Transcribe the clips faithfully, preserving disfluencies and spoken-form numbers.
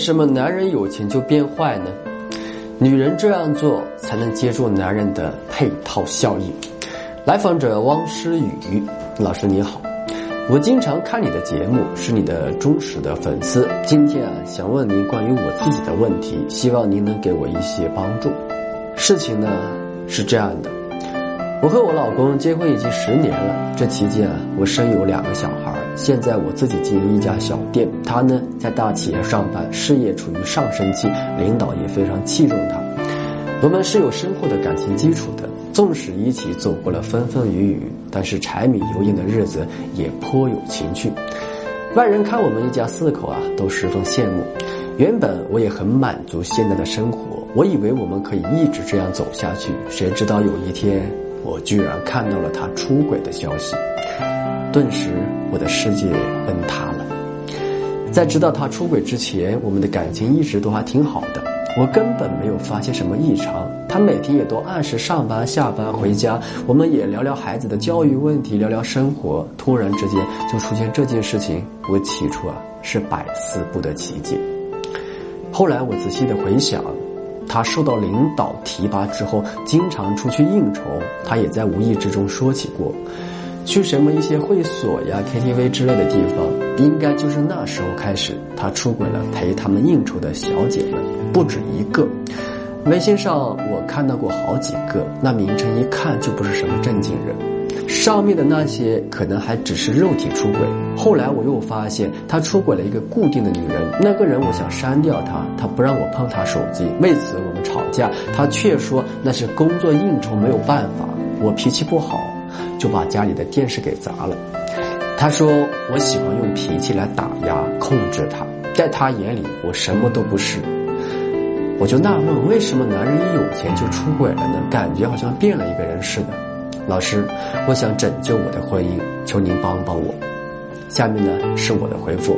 为什么男人有钱就变坏呢？女人这样做才能接住男人的配套效应。来访者汪诗雨老师你好，我经常看你的节目，是你的忠实的粉丝。今天啊，想问您关于我自己的问题，希望您能给我一些帮助。事情呢是这样的，我和我老公结婚已经十年了，这期间啊，我生有两个小孩，现在我自己经营一家小店，他呢在大企业上班，事业处于上升期，领导也非常器重他。我们是有深厚的感情基础的，纵使一起走过了风风雨雨，但是柴米油盐的日子也颇有情趣。外人看我们一家四口啊，都十分羡慕。原本我也很满足现在的生活，我以为我们可以一直这样走下去，谁知道有一天我居然看到了他出轨的消息，顿时我的世界崩塌了。在知道他出轨之前，我们的感情一直都还挺好的，我根本没有发现什么异常，他每天也都按时上班下班回家，我们也聊聊孩子的教育问题，聊聊生活。突然之间就出现这件事情，我起初啊是百思不得其解。后来我仔细的回想，他受到领导提拔之后，经常出去应酬，他也在无意之中说起过，去什么一些会所呀 K T V 之类的地方，应该就是那时候开始，他出轨了陪他们应酬的小姐们，不止一个。微信上我看到过好几个，那名称一看就不是什么正经人，上面的那些可能还只是肉体出轨。后来我又发现他出轨了一个固定的女人，那个人我想删掉他，他不让我碰他手机，为此我们吵架，他却说那是工作应酬没有办法，我脾气不好，就把家里的电视给砸了。他说我喜欢用脾气来打压控制他，在他眼里我什么都不是。我就纳闷，为什么男人一有钱就出轨了呢？感觉好像变了一个人似的。老师，我想拯救我的婚姻，求您帮帮我。下面呢是我的回复。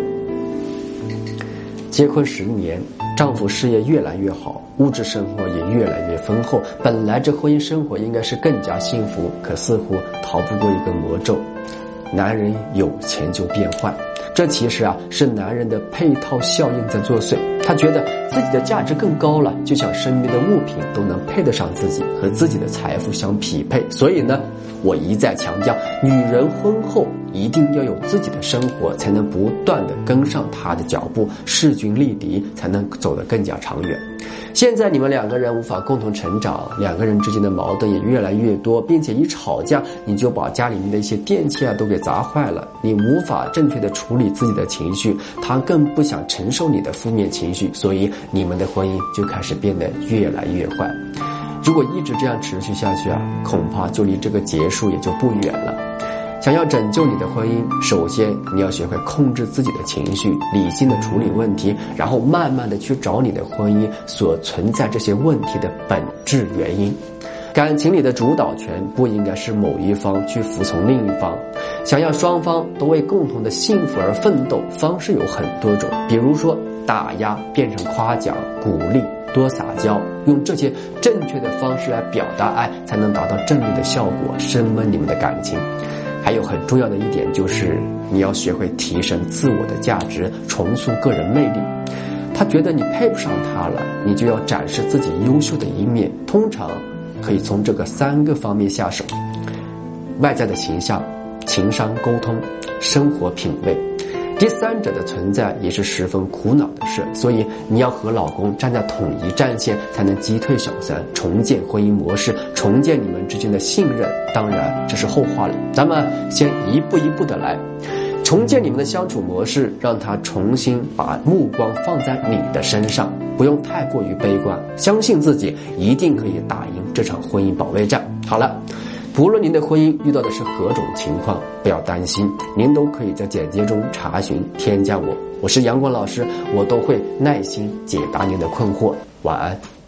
结婚十年，丈夫事业越来越好，物质生活也越来越丰厚，本来这婚姻生活应该是更加幸福，可似乎逃不过一个魔咒，男人有钱就变坏。这其实啊是男人的配套效应在作祟，他觉得自己的价值更高了，就想身边的物品都能配得上自己，和自己的财富相匹配。所以呢，我一再强调，女人婚后一定要有自己的生活，才能不断的跟上她的脚步，势均力敌，才能走得更加长远。现在你们两个人无法共同成长，两个人之间的矛盾也越来越多，并且一吵架你就把家里面的一些电器啊都给砸坏了，你无法正确的处理自己的情绪，他更不想承受你的负面情绪，所以你们的婚姻就开始变得越来越坏。如果一直这样持续下去啊，恐怕就离这个结束也就不远了。想要拯救你的婚姻，首先你要学会控制自己的情绪，理性的处理问题，然后慢慢的去找你的婚姻所存在这些问题的本质原因。感情里的主导权不应该是某一方去服从另一方，想要双方都为共同的幸福而奋斗，方式有很多种，比如说打压变成夸奖，鼓励，多撒娇，用这些正确的方式来表达爱，才能达到正面的效果，升温你们的感情。还有很重要的一点就是，你要学会提升自我的价值，重塑个人魅力。他觉得你配不上他了，你就要展示自己优秀的一面，通常可以从这个三个方面下手：外在的形象、情商沟通、生活品味。第三者的存在也是十分苦恼的事，所以你要和老公站在统一战线，才能击退小三，重建婚姻模式，重建你们之间的信任。当然这是后话了，咱们先一步一步的来重建你们的相处模式，让他重新把目光放在你的身上，不用太过于悲观，相信自己一定可以打赢这场婚姻保卫战。好了，不论您的婚姻遇到的是何种情况，不要担心，您都可以在简介中查询添加我，我是阳光老师，我都会耐心解答您的困惑。晚安。